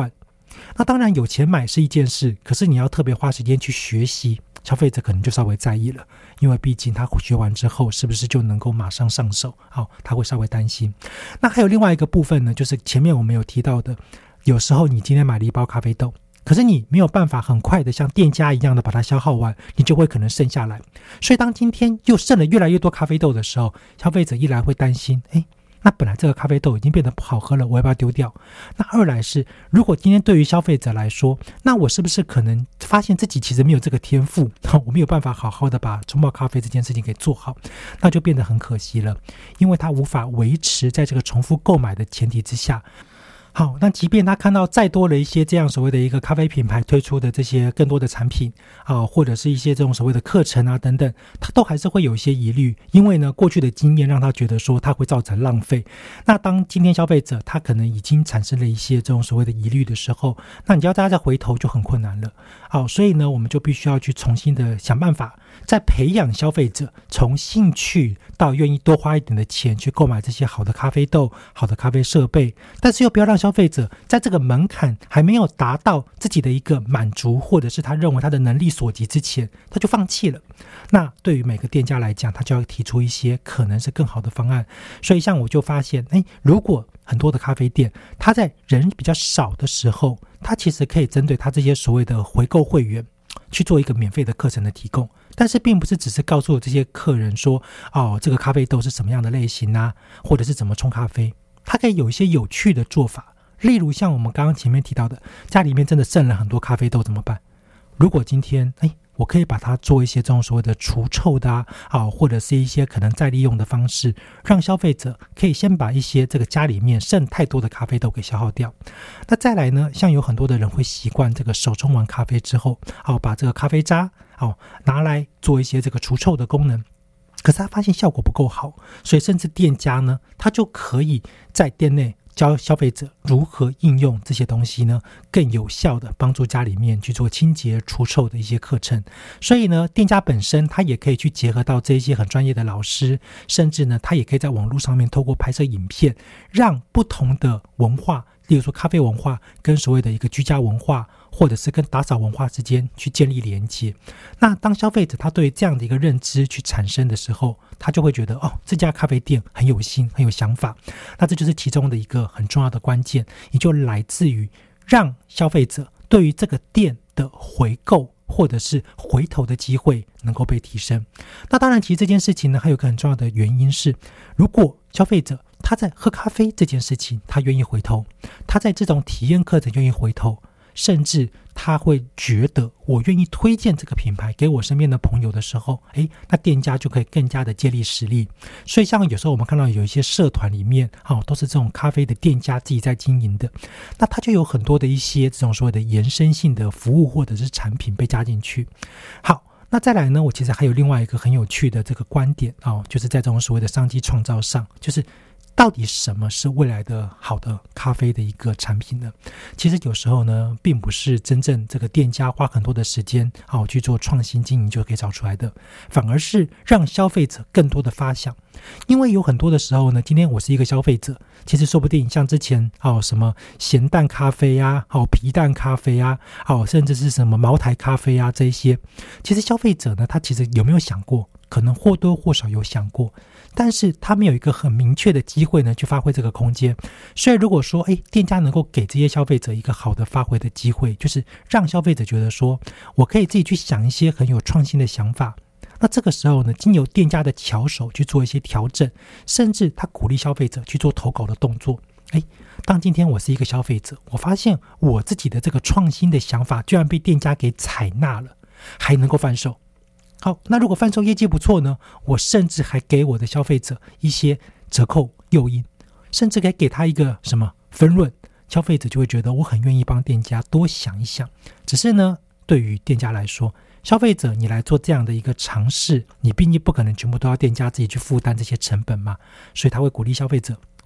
那当然有钱买是一件事，可是你要特别花时间去学习，消费者可能就稍微在意了，因为毕竟他学完之后是不是就能够马上上手，好，他会稍微担心。那还有另外一个部分呢，就是前面我们有提到的，有时候你今天买了一包咖啡豆，可是你没有办法很快的像店家一样的把它消耗完，你就会可能剩下来。所以当今天又剩了越来越多咖啡豆的时候，消费者一来会担心，诶，那本来这个咖啡豆已经变得不好喝了，我要不要丢掉？那二来是，如果今天对于消费者来说，那我是不是可能发现自己其实没有这个天赋，我没有办法好好的把冲泡咖啡这件事情给做好，那就变得很可惜了，因为它无法维持在这个重复购买的前提之下。好，那即便他看到再多了一些这样所谓的一个咖啡品牌推出的这些更多的产品啊，或者是一些这种所谓的课程啊等等，他都还是会有一些疑虑，因为呢过去的经验让他觉得说它会造成浪费。那当今天消费者他可能已经产生了一些这种所谓的疑虑的时候，那你叫大家再回头就很困难了。好，所以呢我们就必须要去重新的想办法，再培养消费者从兴趣到愿意多花一点的钱去购买这些好的咖啡豆、好的咖啡设备，但是又不要让消费者在这个门槛还没有达到自己的一个满足，或者是他认为他的能力所及之前，他就放弃了。那对于每个店家来讲，他就要提出一些可能是更好的方案。所以像我就发现，诶，如果很多的咖啡店，他在人比较少的时候，他其实可以针对他这些所谓的回购会员去做一个免费的课程的提供，但是并不是只是告诉这些客人说，哦，这个咖啡豆是什么样的类型啊，或者是怎么冲咖啡，他可以有一些有趣的做法。例如像我们刚刚前面提到的，家里面真的剩了很多咖啡豆怎么办？如果今天哎，我可以把它做一些这种所谓的除臭的啊，啊或者是一些可能再利用的方式，让消费者可以先把一些这个家里面剩太多的咖啡豆给消耗掉。那再来呢，像有很多的人会习惯这个手冲完咖啡之后，哦，把这个咖啡渣哦拿来做一些这个除臭的功能。可是他发现效果不够好，所以甚至店家呢，他就可以在店内教消费者如何应用这些东西呢，更有效的帮助家里面去做清洁除臭的一些课程。所以呢，店家本身他也可以去结合到这一些很专业的老师，甚至呢他也可以在网络上面透过拍摄影片，让不同的文化，例如说咖啡文化跟所谓的一个居家文化，或者是跟打扫文化之间去建立连接。那当消费者他对这样的一个认知去产生的时候，他就会觉得哦，这家咖啡店很有心，很有想法。那这就是其中的一个很重要的关键，也就来自于让消费者对于这个店的回购或者是回头的机会能够被提升。那当然其实这件事情呢，还有一个很重要的原因是，如果消费者他在喝咖啡这件事情他愿意回头，他在这种体验课程愿意回头，甚至他会觉得我愿意推荐这个品牌给我身边的朋友的时候，诶，那店家就可以更加的借力使力。所以像有时候我们看到有一些社团里面、哦、都是这种咖啡的店家自己在经营的，那他就有很多的一些这种所谓的延伸性的服务或者是产品被加进去。好，那再来呢，我其实还有另外一个很有趣的这个观点、哦、就是在这种所谓的商机创造上，就是到底什么是未来的好的咖啡的一个产品呢？其实有时候呢，并不是真正这个店家花很多的时间、哦、去做创新经营就可以找出来的，反而是让消费者更多的发想。因为有很多的时候呢，今天我是一个消费者，其实说不定像之前、哦、什么咸蛋咖啡啊、哦、皮蛋咖啡啊、哦、甚至是什么茅台咖啡啊，这一些，其实消费者呢，他其实有没有想过，可能或多或少有想过，但是他没有一个很明确的机会呢去发挥这个空间。所以如果说诶店家能够给这些消费者一个好的发挥的机会，就是让消费者觉得说我可以自己去想一些很有创新的想法，那这个时候呢，经由店家的巧手去做一些调整，甚至他鼓励消费者去做投稿的动作。诶当今天我是一个消费者，我发现我自己的这个创新的想法居然被店家给采纳了，还能够贩售。好，那如果贩售业绩不错呢，我甚至还给我的消费者一些折扣诱因，甚至可以给他一个什么分润，消费者就会觉得我很愿意帮店家多想一想。只是呢，对于店家来说，消费者你来做这样的一个尝试，你毕竟不可能全部都要店家自己去负担这些成本嘛，所以他会鼓励消费者，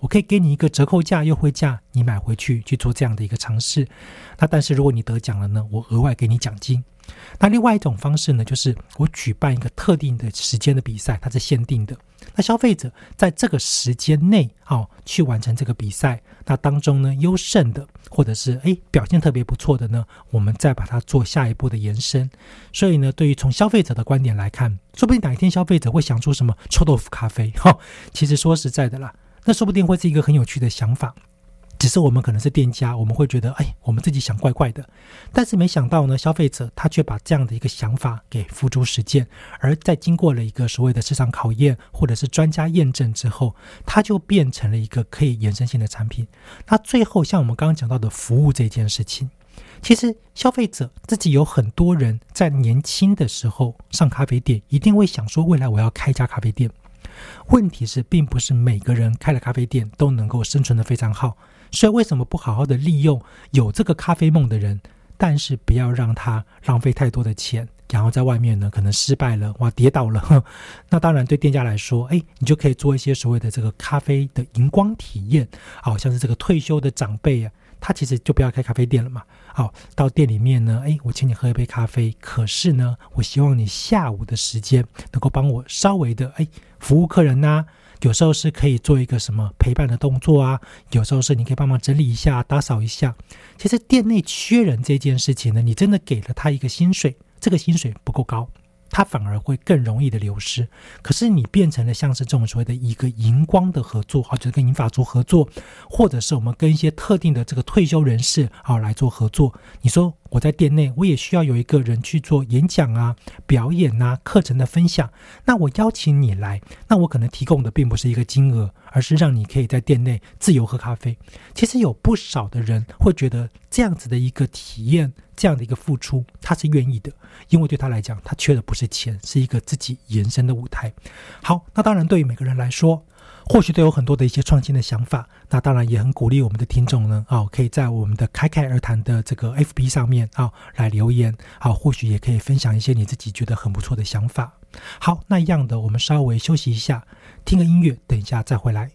我可以给你一个折扣价优惠价，你买回去去做这样的一个尝试。那但是如果你得奖了呢，我额外给你奖金。那另外一种方式呢，就是我举办一个特定的时间的比赛，它是限定的，那消费者在这个时间内、哦、去完成这个比赛，那当中呢优胜的或者是诶表现特别不错的呢，我们再把它做下一步的延伸。所以呢，对于从消费者的观点来看，说不定哪一天消费者会想出什么臭豆腐咖啡、哦、其实说实在的啦，那说不定会是一个很有趣的想法，只是我们可能是店家，我们会觉得哎，我们自己想怪怪的，但是没想到呢，消费者他却把这样的一个想法给付诸实践，而在经过了一个所谓的市场考验或者是专家验证之后，它就变成了一个可以延伸性的产品。那最后像我们刚刚讲到的服务这件事情，其实消费者自己有很多人在年轻的时候上咖啡店一定会想说，未来我要开一家咖啡店。问题是并不是每个人开了咖啡店都能够生存得非常好，所以为什么不好好的利用有这个咖啡梦的人，但是不要让他浪费太多的钱，然后在外面呢可能失败了，哇跌倒了呵，那当然对店家来说，哎，你就可以做一些所谓的这个咖啡的荧光体验，好像是这个退休的长辈啊，他其实就不要开咖啡店了嘛，好，到店里面呢，哎，我请你喝一杯咖啡，可是呢我希望你下午的时间能够帮我稍微的哎服务客人啊，有时候是可以做一个什么陪伴的动作啊，有时候是你可以帮忙整理一下打扫一下。其实店内缺人这件事情呢，你真的给了他一个薪水，这个薪水不够高，它反而会更容易的流失。可是你变成了像是这种所谓的一个荧光的合作，就是跟银发族合作，或者是我们跟一些特定的这个退休人士来做合作。你说我在店内我也需要有一个人去做演讲啊、表演啊、课程的分享，那我邀请你来，那我可能提供的并不是一个金额，而是让你可以在店内自由喝咖啡。其实有不少的人会觉得这样子的一个体验，这样的一个付出他是愿意的，因为对他来讲他缺的不是钱，是一个自己延伸的舞台。好，那当然对于每个人来说或许都有很多的一些创新的想法，那当然也很鼓励我们的听众呢、哦、可以在我们的侃侃而谈的这个 F B 上面、哦、来留言、哦、或许也可以分享一些你自己觉得很不错的想法。好，那一样的我们稍微休息一下，听个音乐，等一下再回来。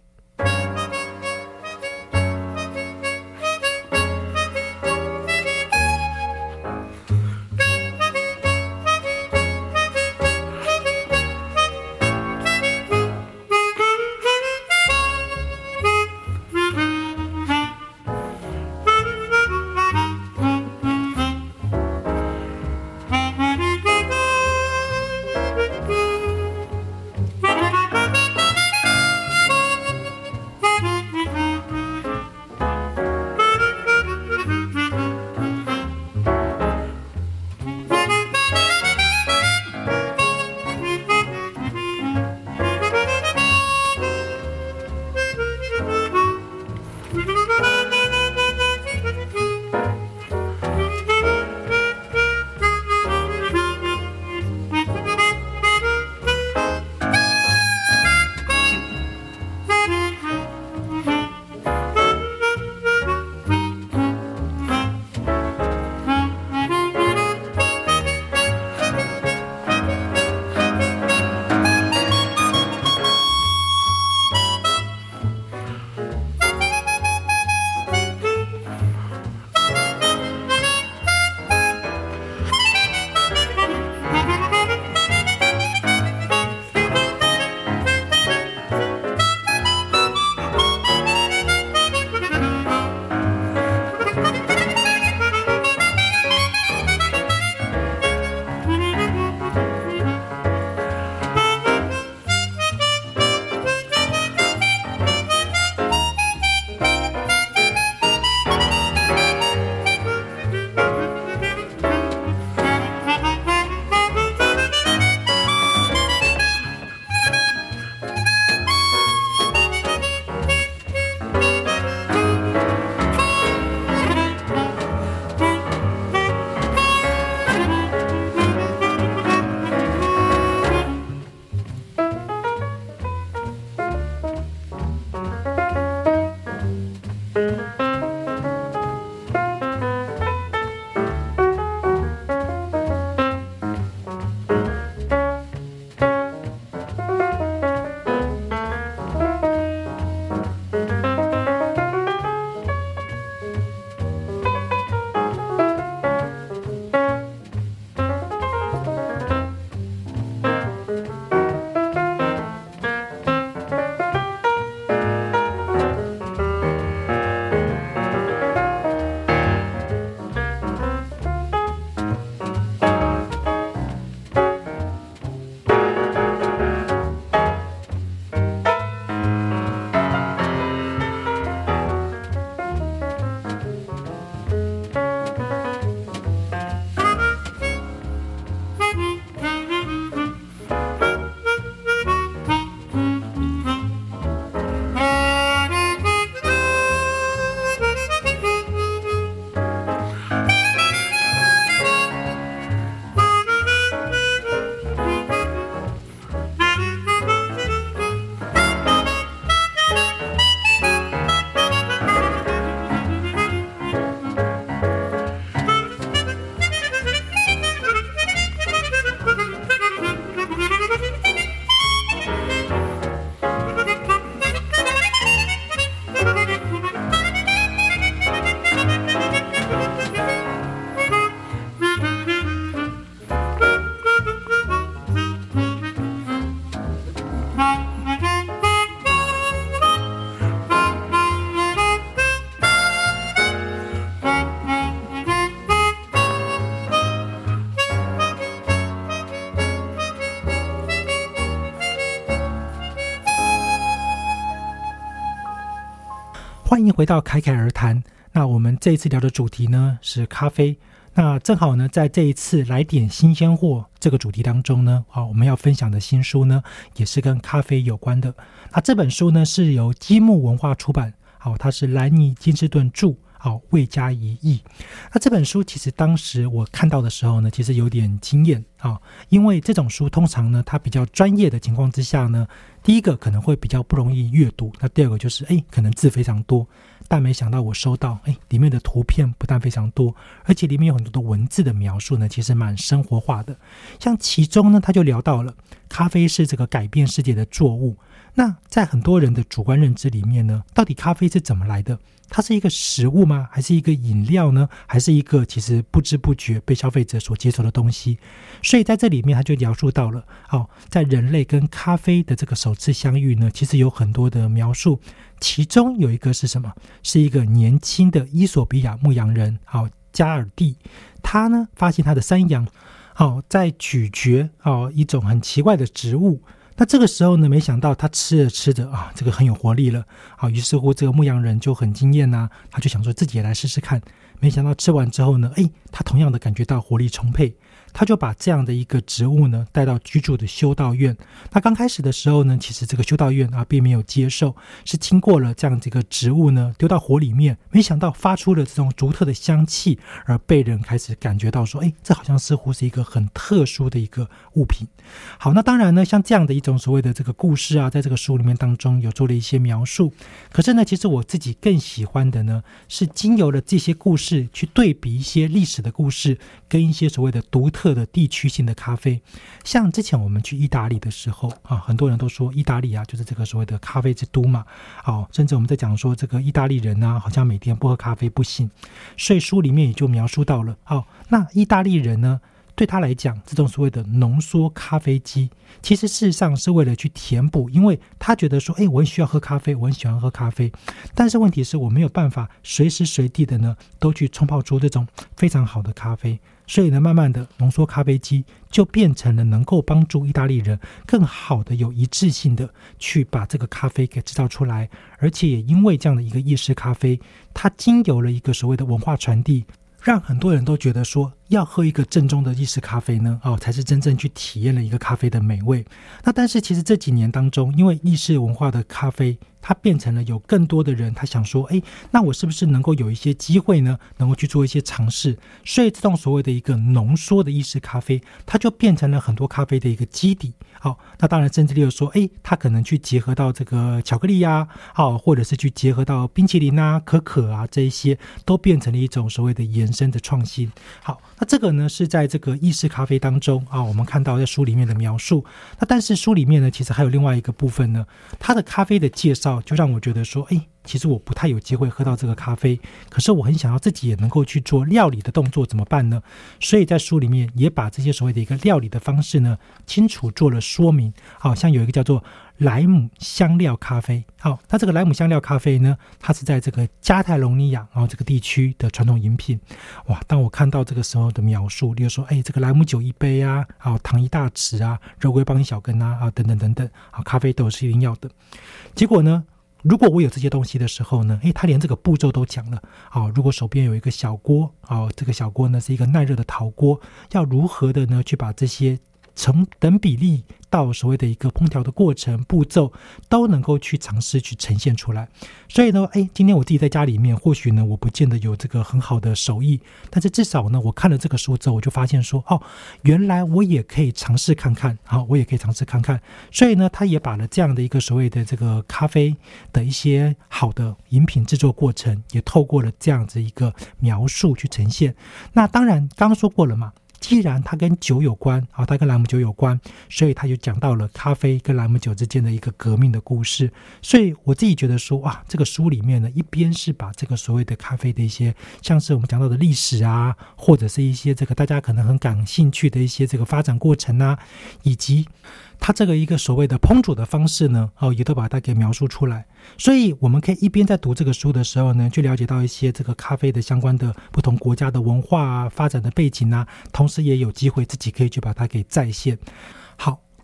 欢迎回到凯凯而谈。那我们这一次聊的主题呢是咖啡。那正好呢，在这一次来点新鲜货这个主题当中呢，啊，我们要分享的新书呢，也是跟咖啡有关的。那这本书呢是由积木文化出版，好，它是兰尼金士顿著。好，魏嘉怡译。那这本书其实当时我看到的时候呢，其实有点惊艳啊，因为这种书通常呢，它比较专业的情况之下呢，第一个可能会比较不容易阅读，那第二个就是哎，可能字非常多。但没想到我收到，哎，里面的图片不但非常多，而且里面有很多的文字的描述呢，其实蛮生活化的。像其中呢，他就聊到了咖啡是这个改变世界的作物。那在很多人的主观认知里面呢，到底咖啡是怎么来的？它是一个食物吗？还是一个饮料呢？还是一个其实不知不觉被消费者所接受的东西？所以在这里面他就描述到了，哦，在人类跟咖啡的这个首次相遇呢，其实有很多的描述。其中有一个是什么？是一个年轻的伊索比亚牧羊人，好，加尔蒂，他呢发现他的山羊，好，在咀嚼，好，一种很奇怪的植物。那这个时候呢，没想到他吃着吃着啊，这个很有活力了，好，于是乎这个牧羊人就很惊艳啊，他就想说自己也来试试看。没想到吃完之后呢，诶，他同样的感觉到活力充沛，他就把这样的一个植物呢带到居住的修道院。那刚开始的时候呢，其实这个修道院啊并没有接受，是经过了这样这个植物呢丢到火里面，没想到发出了这种独特的香气，而被人开始感觉到说，诶，这好像似乎是一个很特殊的一个物品。好，那当然呢，像这样的一种所谓的这个故事啊，在这个书里面当中有做了一些描述。可是呢，其实我自己更喜欢的呢，是经由了这些故事去对比一些历史的故事，跟一些所谓的独特的地区性的咖啡。像之前我们去意大利的时候啊，很多人都说意大利啊就是这个所谓的咖啡之都嘛，哦，甚至我们在讲说这个意大利人啊，好像每天不喝咖啡不行。所以书里面也就描述到了，哦，那意大利人呢，对他来讲，这种所谓的浓缩咖啡机，其实事实上是为了去填补，因为他觉得说，哎，我很需要喝咖啡，我很喜欢喝咖啡，但是问题是我没有办法随时随地的呢，都去冲泡出这种非常好的咖啡，所以呢，慢慢的浓缩咖啡机就变成了能够帮助意大利人更好的有一致性的去把这个咖啡给制造出来，而且也因为这样的一个意式咖啡，它经由了一个所谓的文化传递，让很多人都觉得说，要喝一个正宗的意式咖啡呢，哦，才是真正去体验了一个咖啡的美味。那但是其实这几年当中，因为意式文化的咖啡，它变成了有更多的人，他想说，哎，那我是不是能够有一些机会呢，能够去做一些尝试？所以这种所谓的一个浓缩的意式咖啡，它就变成了很多咖啡的一个基底。好，那当然甚至例如说，哎，它可能去结合到这个巧克力啊，好，或者是去结合到冰淇淋啊、可可啊，这一些都变成了一种所谓的延伸的创新。好，那这个呢是在这个意式咖啡当中啊，我们看到在书里面的描述。那但是书里面呢，其实还有另外一个部分呢，它的咖啡的介绍就让我觉得说，哎，其实我不太有机会喝到这个咖啡，可是我很想要自己也能够去做料理的动作，怎么办呢？所以在书里面也把这些所谓的一个料理的方式呢，清楚做了说明。好，像有一个叫做莱姆香料咖啡。好，那这个莱姆香料咖啡呢，它是在这个加泰隆尼亚、哦、这个地区的传统饮品。哇，当我看到这个时候的描述，例如说，哎，这个莱姆酒一杯啊，好，糖一大匙啊，肉桂棒一小根啊，啊，等等等等，好，咖啡豆是一定要的。结果呢，如果我有这些东西的时候呢，诶，他连这个步骤都讲了。好，如果手边有一个小锅，好，这个小锅呢是一个耐热的陶锅，要如何的呢去把这些成等比例到所谓的一个烹调的过程步骤都能够去尝试去呈现出来。所以呢，哎，今天我自己在家里面，或许呢我不见得有这个很好的手艺，但是至少呢我看了这个书之后，我就发现说，哦，原来我也可以尝试看看，好，我也可以尝试看看。所以呢，他也把了这样的一个所谓的这个咖啡的一些好的饮品制作过程，也透过了这样子一个描述去呈现。那当然刚刚说过了嘛，既然它跟酒有关，啊，它跟莱姆酒有关，所以它就讲到了咖啡跟莱姆酒之间的一个革命的故事。所以我自己觉得说，哇，这个书里面呢，一边是把这个所谓的咖啡的一些，像是我们讲到的历史啊，或者是一些这个大家可能很感兴趣的一些这个发展过程啊，以及它这个一个所谓的烹煮的方式呢，哦，也都把它给描述出来。所以我们可以一边在读这个书的时候呢，去了解到一些这个咖啡的相关的不同国家的文化啊、发展的背景啊，同时也有机会自己可以去把它给再现。好，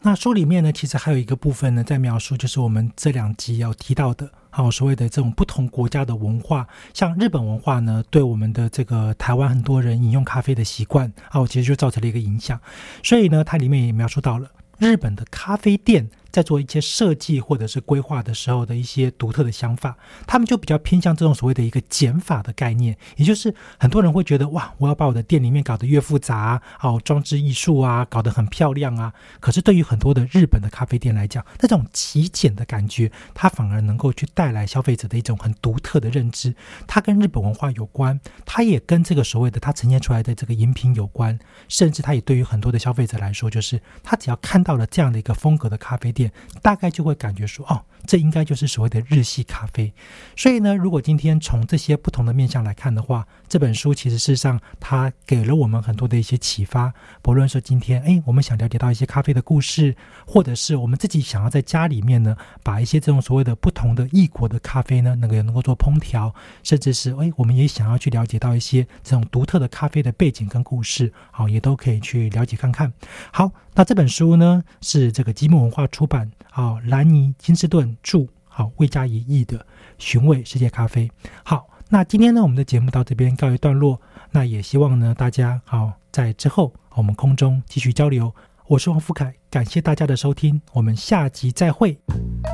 那书里面呢，其实还有一个部分呢，在描述就是我们这两集有提到的，好，所谓的这种不同国家的文化，像日本文化呢，对我们的这个台湾很多人饮用咖啡的习惯，好，其实就造成了一个影响。所以呢，它里面也描述到了日本的咖啡店在做一些设计或者是规划的时候的一些独特的想法，他们就比较偏向这种所谓的一个减法的概念，也就是很多人会觉得哇，我要把我的店里面搞得越复杂，哦，装置艺术啊，搞得很漂亮啊。可是对于很多的日本的咖啡店来讲，那种极简的感觉，它反而能够去带来消费者的一种很独特的认知。它跟日本文化有关，它也跟这个所谓的它呈现出来的这个饮品有关，甚至它也对于很多的消费者来说，就是他只要看到了这样的一个风格的咖啡店，大概就会感觉说，哦，这应该就是所谓的日系咖啡。所以呢，如果今天从这些不同的面向来看的话，这本书其实事实上它给了我们很多的一些启发。不论说今天哎，我们想了解到一些咖啡的故事，或者是我们自己想要在家里面呢，把一些这种所谓的不同的异国的咖啡呢，能够能够做烹调，甚至是哎，我们也想要去了解到一些这种独特的咖啡的背景跟故事，好，也都可以去了解看看。好，那这本书呢是这个积木文化出版，好，兰尼金斯顿著，好，魏嘉怡译的《寻味世界咖啡》。好，那今天呢，我们的节目到这边告一段落。那也希望呢，大家好在之后我们空中继续交流。我是王福凯，感谢大家的收听，我们下集再会。